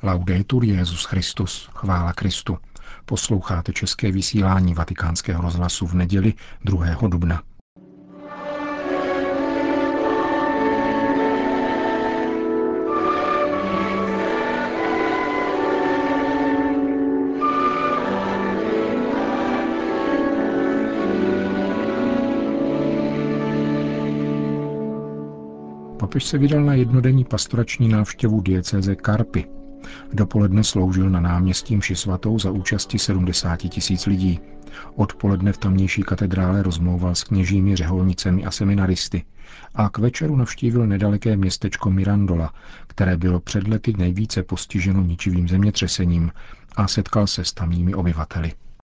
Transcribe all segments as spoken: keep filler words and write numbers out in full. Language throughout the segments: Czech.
Laudetur Jesus Christus, chvála Kristu. Posloucháte české vysílání Vatikánského rozhlasu v neděli druhého dubna. Papež se vydal na jednodenní pastorační návštěvu diecéze Carpi. Dopoledne sloužil na náměstí mši svatou za účasti sedmdesát tisíc lidí. Odpoledne v tamnější katedrále rozmlouval s kněžími, řeholnicemi a seminaristy a k večeru navštívil nedaleké městečko Mirandola, které bylo před lety nejvíce postiženo ničivým zemětřesením, a setkal se s tamními obyvateli.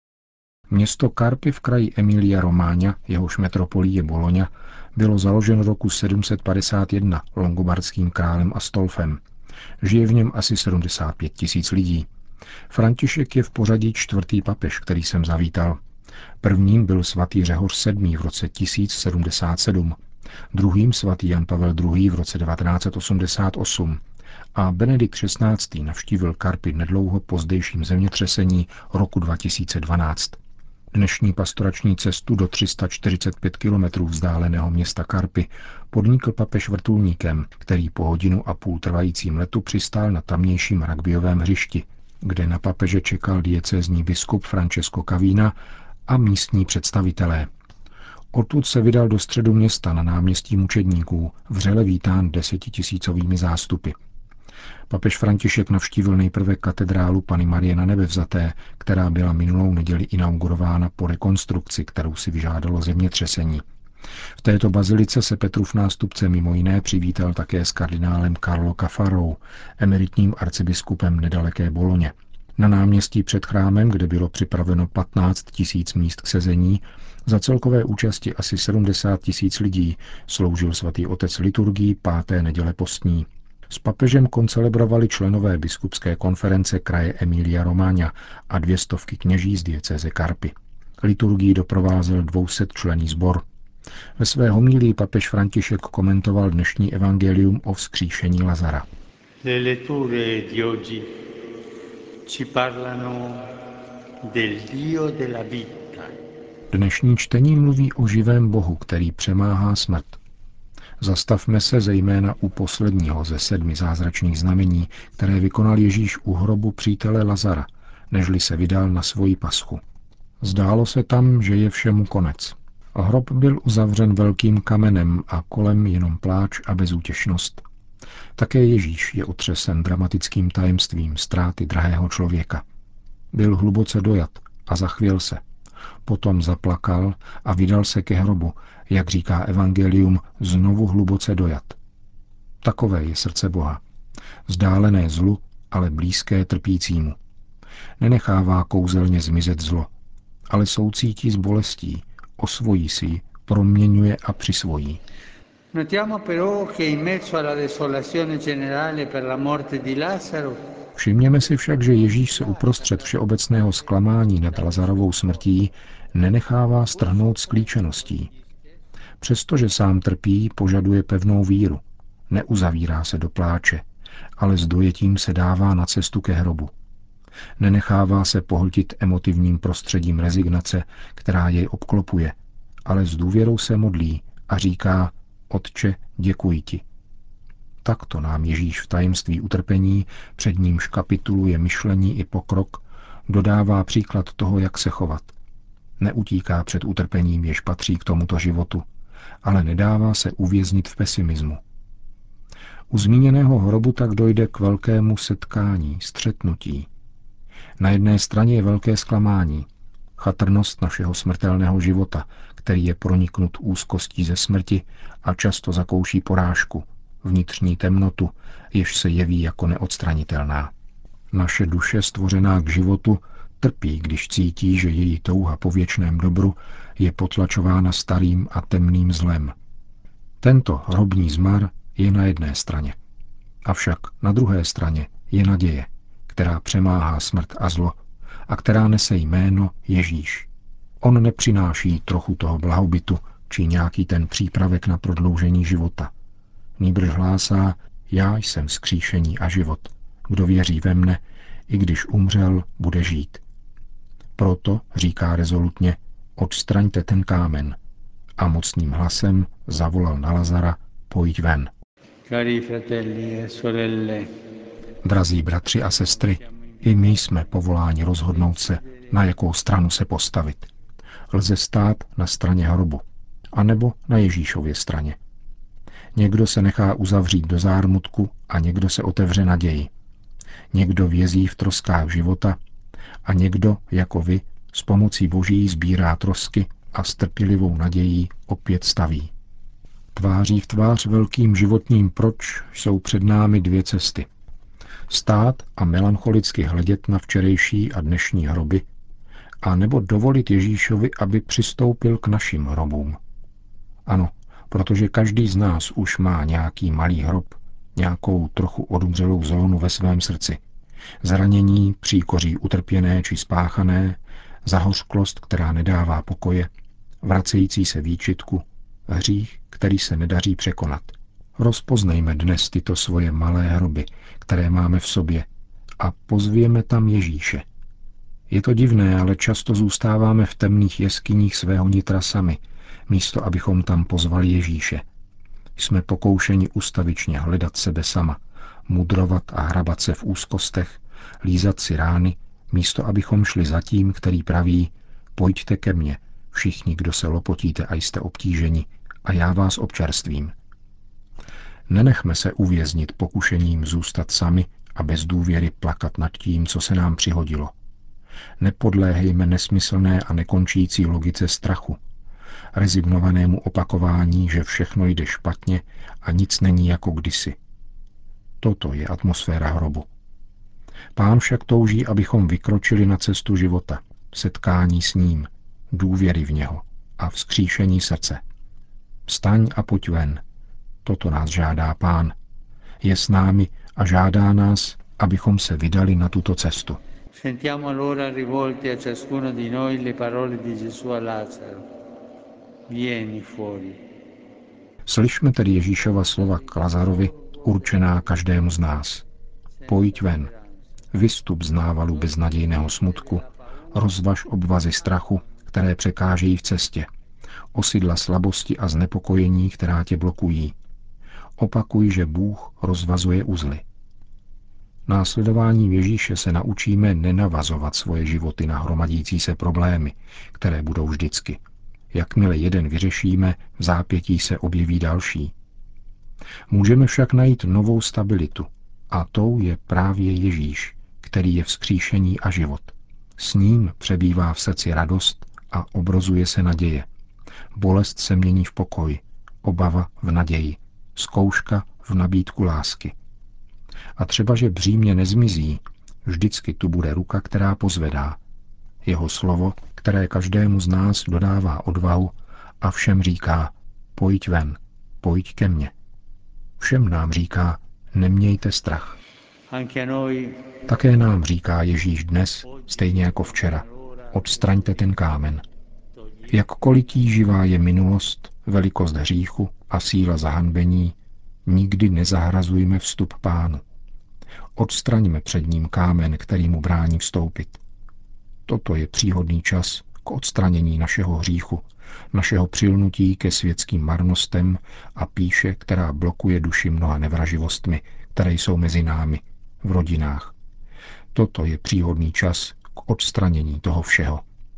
Město Carpi v kraji Emilia-Romagna, jehož metropolí je Bologna, bylo založeno roku sedm set padesát jedna longobardským králem Astolfem. Žije v něm asi sedmdesát pět tisíc lidí. František je v pořadí čtvrtý papež, který sem zavítal. Prvním byl svatý Řehoř sedmý v roce tisíc sedmdesát sedm, druhým svatý Jan Pavel druhý v roce devatenáct set osmdesát osm a Benedikt šestnáctý navštívil Carpi nedlouho po zdejším zemětřesení roku dva tisíce dvanáct. Dnešní pastorační cestu do tři sta čtyřicet pět kilometrů vzdáleného města Carpi podnikl papež vrtulníkem, který po hodinu a půl trvajícím letu přistál na tamnějším rugbyovém hřišti, kde na papeže čekal diecézní biskup Francesco Cavina a místní představitelé. Odtud se vydal do středu města na náměstí mučedníků, vřele vítán desetitisícovými zástupy. Papež František navštívil nejprve katedrálu Panny Marie na Nebevzaté, která byla minulou neděli inaugurována po rekonstrukci, kterou si vyžádalo zemětřesení. V této bazilice se Petrův nástupce mimo jiné přivítal také s kardinálem Carlo Caffarou, emeritním arcibiskupem nedaleké Boloně. Na náměstí před chrámem, kde bylo připraveno patnáct tisíc míst k sezení, za celkové účasti asi sedmdesát tisíc lidí sloužil svatý otec liturgii páté neděle postní. S papežem koncelebrovali členové biskupské konference kraje Emilia-Romagna a dvě stovky kněží z diecéze Carpi. Liturgii doprovázel dvousetčlenný sbor. Ve své homílii papež František komentoval dnešní evangelium o vzkříšení Lazara. Le letture di oggi ci parlano del Dio della vita. Dnešní čtení mluví o živém Bohu, který přemáhá smrt. Zastavme se zejména u posledního ze sedmi zázračných znamení, které vykonal Ježíš u hrobu přítele Lazara, nežli se vydal na svoji paschu. Zdálo se tam, že je všemu konec. Hrob byl uzavřen velkým kamenem a kolem jenom pláč a bezútěšnost. Také Ježíš je otřesen dramatickým tajemstvím ztráty drahého člověka. Byl hluboce dojat a zachvěl se. Potom zaplakal a vydal se ke hrobu, jak říká evangelium, znovu hluboce dojat. Takové je srdce Boha. Vzdálené zlu, ale blízké trpícímu. Nenechává kouzelně zmizet zlo, ale soucítí s bolestí, osvojí si ji, proměňuje a přisvojí. Notiamo però che in mezzo alla desolazione generale per la morte di Lazzaro Všimněme si však, že Ježíš se uprostřed všeobecného zklamání nad Lazarovou smrtí nenechává strhnout sklíčeností. Přestože sám trpí, požaduje pevnou víru. Neuzavírá se do pláče, ale s dojetím se dává na cestu ke hrobu. Nenechává se pohltit emotivním prostředím rezignace, která jej obklopuje, ale s důvěrou se modlí a říká: Otče, děkuji ti. Takto nám Ježíš v tajemství utrpení, před nímž kapituluje myšlení i pokrok, dodává příklad toho, jak se chovat. Neutíká před utrpením, jež patří k tomuto životu, ale nedává se uvěznit v pesimismu. U zmíněného hrobu tak dojde k velkému setkání, střetnutí. Na jedné straně je velké zklamání, chatrnost našeho smrtelného života, který je proniknut úzkostí ze smrti a často zakouší porážku, vnitřní temnotu, jež se jeví jako neodstranitelná. Naše duše, stvořená k životu, trpí, když cítí, že její touha po věčném dobru je potlačována starým a temným zlem. Tento hrobní zmar je na jedné straně. Avšak na druhé straně je naděje, která přemáhá smrt a zlo a která nese jméno Ježíš. On nepřináší trochu toho blahobytu či nějaký ten přípravek na prodloužení života. Nýbrž hlásá: Já jsem vzkříšení a život. kdo věří ve mne, i když umřel, bude žít. Proto, říká rezolutně, odstraňte ten kámen. A mocným hlasem zavolal na Lazara, pojď ven. Cari fratelli e sorelle, Drazí bratři a sestry, i my jsme povoláni rozhodnout se, na jakou stranu se postavit. Lze stát na straně hrobu, anebo na Ježíšově straně. Někdo se nechá uzavřít do zármutku a někdo se otevře naději. Někdo vězí v troskách života a někdo, jako vy, s pomocí Boží sbírá trosky a s trpělivou nadějí opět staví. Tváří v tvář velkým životním proč jsou před námi dvě cesty. Stát a melancholicky hledět na včerejší a dnešní hroby, a nebo dovolit Ježíšovi, aby přistoupil k našim hrobům. Ano, protože každý z nás už má nějaký malý hrob, nějakou trochu odumřelou zónu ve svém srdci. Zranění, příkoří utrpěné či spáchané, zahořklost, která nedává pokoje, vracející se výčitku, hřích, který se nedaří překonat. Rozpoznejme dnes tyto svoje malé hroby, které máme v sobě, a pozvěme tam Ježíše. Je to divné, ale často zůstáváme v temných jeskyních svého nitra sami, místo abychom tam pozvali Ježíše. Jsme pokoušeni ustavičně hledat sebe sama, mudrovat a hrabat se v úzkostech, lízat si rány, místo abychom šli za tím, který praví, pojďte ke mně, všichni, kdo se lopotíte a jste obtíženi, a já vás občerstvím. Nenechme se uvěznit pokušením zůstat sami a bez důvěry plakat nad tím, co se nám přihodilo. Nepodléhejme nesmyslné a nekončící logice strachu, rezignovanému opakování, že všechno jde špatně a nic není jako kdysi. Toto je atmosféra hrobu. Pán však touží, abychom vykročili na cestu života, setkání s ním, důvěry v něho a vzkříšení srdce. Vstaň a pojď ven. Toto nás žádá Pán. Je s námi a žádá nás, abychom se vydali na tuto cestu. sentiamo allora rivolte a ciascuno di noi le parole di Gesù a Lazzaro. Vieni fuori. Slyšme tedy Ježíšova slova k Lazarovi, určená každému z nás. Pojď ven, vystup z návalu beznadějného smutku, rozvaž obvazy strachu, které překážejí v cestě, osidla slabosti a znepokojení, která tě blokují. Opakuj, že Bůh rozvazuje uzly. Následováním Ježíše se naučíme nenavazovat svoje životy na hromadící se problémy, které budou vždycky. Jakmile jeden vyřešíme, v zápětí se objeví další. Můžeme však najít novou stabilitu, a tou je právě Ježíš, který je vzkříšení a život. S ním přebývá v srdci radost a obrozuje se naděje. Bolest se mění v pokoj, obava v naději, zkouška v nabídku lásky. A třeba, že břímě nezmizí, vždycky tu bude ruka, která pozvedá. Jeho slovo, které každému z nás dodává odvahu a všem říká, pojď ven, pojď ke mně. Všem nám říká, nemějte strach. Také nám říká Ježíš dnes, stejně jako včera, odstraňte ten kámen. Jakkoliv tíživá je minulost, velikost hříchu a síla zahanbení, nikdy nezahrazujme vstup Pánu. Odstraňme před ním kámen, který mu brání vstoupit. Toto je příhodný čas k odstranění našeho hříchu, našeho přilnutí ke světským marnostem a pýše, která blokuje duši mnoha nevraživostmi, které jsou mezi námi, v rodinách. Toto je příhodný čas k odstranění toho všeho.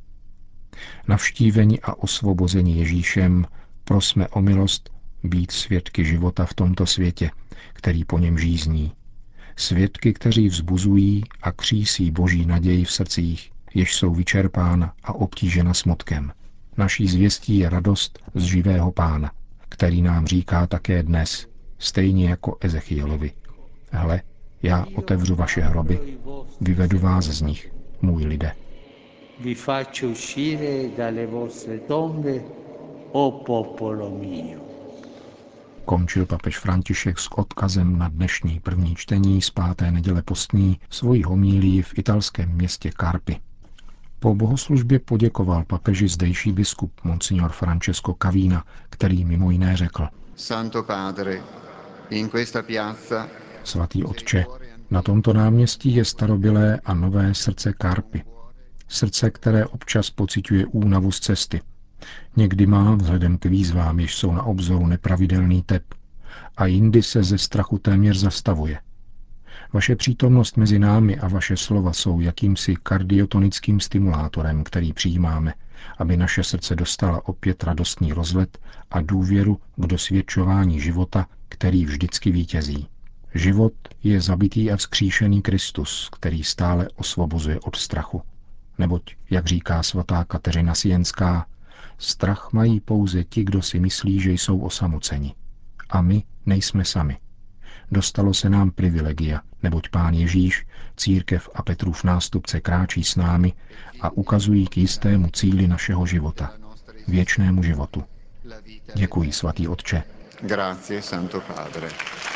Navštíveni a osvobozeni Ježíšem prosme o milost být svědky života v tomto světě, který po něm žízní. Svědky, kteří vzbuzují a křísí Boží naději v srdcích, jež jsou vyčerpána a obtížena smutkem. Naší zvěstí je radost z živého Pána, který nám říká také dnes, stejně jako Ezechielovi. Hle, já otevřu vaše hroby, vyvedu vás z nich, můj lidé. Vi faccio uscire dalle vostre tombe, o popolo mio. Končil papež František s odkazem na dnešní první čtení z páté neděle postní svojí homílii v italském městě Carpi. Po bohoslužbě poděkoval papeži zdejší biskup monsignor Francesco Cavina, který mimo jiné řekl: Santo Padre, in questa piazza Svatý otče, Na tomto náměstí je starobylé a nové srdce Karpy. Srdce, které občas pociťuje únavu z cesty. Někdy má, vzhledem k výzvám, jež jsou na obzoru, nepravidelný tep. A jindy se ze strachu téměř zastavuje. Vaše přítomnost mezi námi a vaše slova jsou jakýmsi kardiotonickým stimulátorem, který přijímáme, aby naše srdce dostala opět radostný rozlet a důvěru k dosvědčování života, který vždycky vítězí. Život je zabitý a vzkříšený Kristus, který stále osvobozuje od strachu. Neboť, jak říká svatá Kateřina Sienská, strach mají pouze ti, kdo si myslí, že jsou osamoceni. A my nejsme sami. Dostalo se nám privilegia, neboť Pán Ježíš, církev a Petrův nástupce kráčí s námi a ukazují k jistému cíli našeho života, věčnému životu. Děkuji, svatý Otče. Grazie, Santo Padre.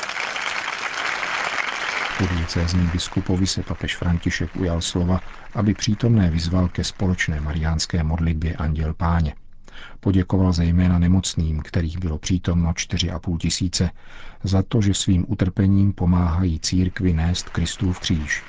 Po diecézním biskupovi se papež František ujal slova, aby přítomné vyzval ke společné mariánské modlitbě Anděl Páně. Poděkoval zejména nemocným, kterých bylo přítomno čtyři a půl tisíce, za to, že svým utrpením pomáhají církvi nést Kristův kříž.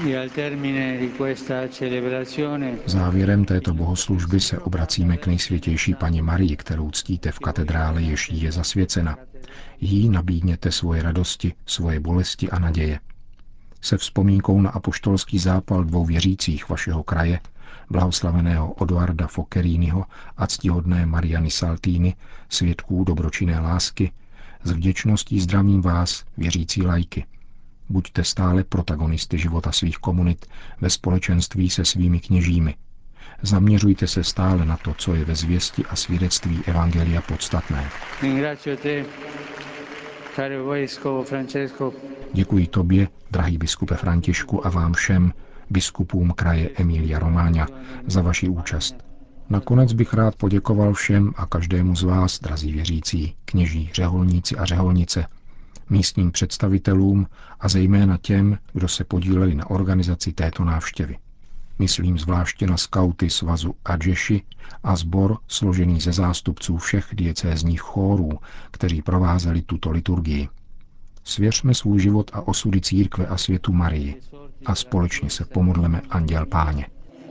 Závěrem této bohoslužby se obracíme k nejsvětější Panně Marii, kterou ctíte v katedrále, jež jí je zasvěcena. Jí nabídněte svoje radosti, svoje bolesti a naděje. Se vzpomínkou na apoštolský zápal dvou věřících vašeho kraje, blahoslaveného Odoarda Focheriniho a ctihodné Mariany Saltini, svědků dobročinné lásky, s vděčností zdravím vás, věřící laiky. Buďte stále protagonisty života svých komunit ve společenství se svými kněžími. Zaměřujte se stále na to, co je ve zvěsti a svědectví evangelia podstatné. Děkuji tobě, drahý biskupe Františku, a vám všem, biskupům kraje Emilia Romagna, za vaši účast. Nakonec bych rád poděkoval všem a každému z vás, drazí věřící, kněží, řeholníci a řeholnice, místním představitelům a zejména těm, kdo se podíleli na organizaci této návštěvy. Myslím zvláště na skauty svazu Adžeši a sbor složený ze zástupců všech diecézních chórů, kteří provázeli tuto liturgii. Svěřme svůj život a osudy církve a světu Marii a společně se pomodleme Anděl Páně.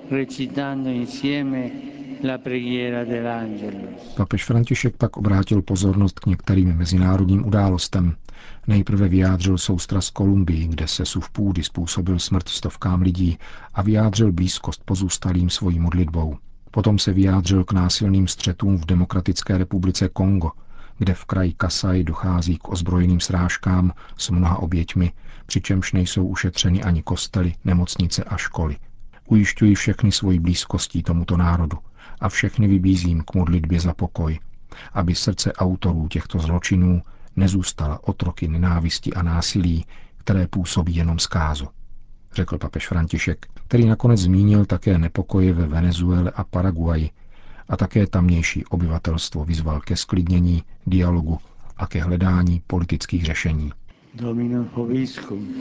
Papež František pak obrátil pozornost k některým mezinárodním událostem. Nejprve vyjádřil soustrast Kolumbii, kde sesův půdy způsobil smrt stovkám lidí, a vyjádřil blízkost pozůstalým svojí modlitbou. Potom se vyjádřil k násilným střetům v Demokratické republice Kongo, kde v kraji Kasai dochází k ozbrojeným srážkám s mnoha oběťmi, přičemž nejsou ušetřeny ani kostely, nemocnice a školy. Ujišťuji všechny svojí blízkostí tomuto národu a všechny vybízím k modlitbě za pokoj, aby srdce autorů těchto zločinů nezůstala otroky nenávisti a násilí, které působí jenom zkázu, řekl papež František, který nakonec zmínil také nepokoje ve Venezuele a Paraguaji a také tamnější obyvatelstvo vyzval ke sklidnění, dialogu a ke hledání politických řešení. Domino Hoviscum.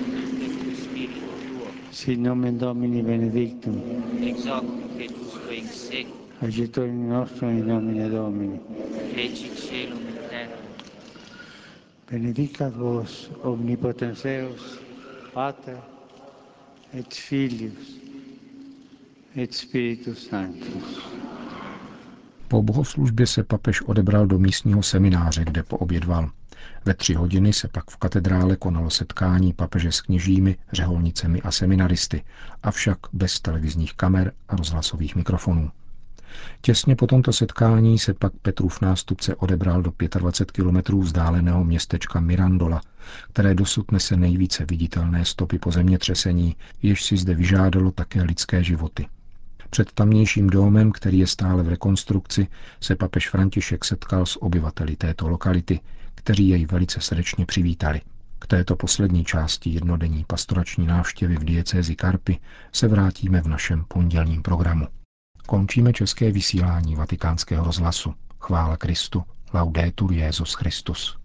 Sit nomen Domini benedictum. Ex hoc et usque in seculum. Aiutorium nostrum in nomine Domini. Feci caelum et terram. Benedicat vos omnipotens Deus, Pater et Filius et Spiritus Sanctus. Po bohoslužbě se papež odebral do místního semináře, kde poobědval. Ve tři hodiny se pak v katedrále konalo setkání papeže s kněžími, řeholnicemi a seminaristy, avšak bez televizních kamer a rozhlasových mikrofonů. Těsně po tomto setkání se pak Petrův nástupce odebral do dvacet pět kilometrů vzdáleného městečka Mirandola, které dosud nese nejvíce viditelné stopy po zemětřesení, jež si zde vyžádalo také lidské životy. Před tamnějším domem, který je stále v rekonstrukci, se papež František setkal s obyvateli této lokality, kteří jej velice srdečně přivítali. K této poslední části jednodenní pastorační návštěvy v diecézi Karpy se vrátíme v našem pondělním programu. Končíme české vysílání Vatikánského rozhlasu. Chvála Kristu, laudetur Jesus Christus.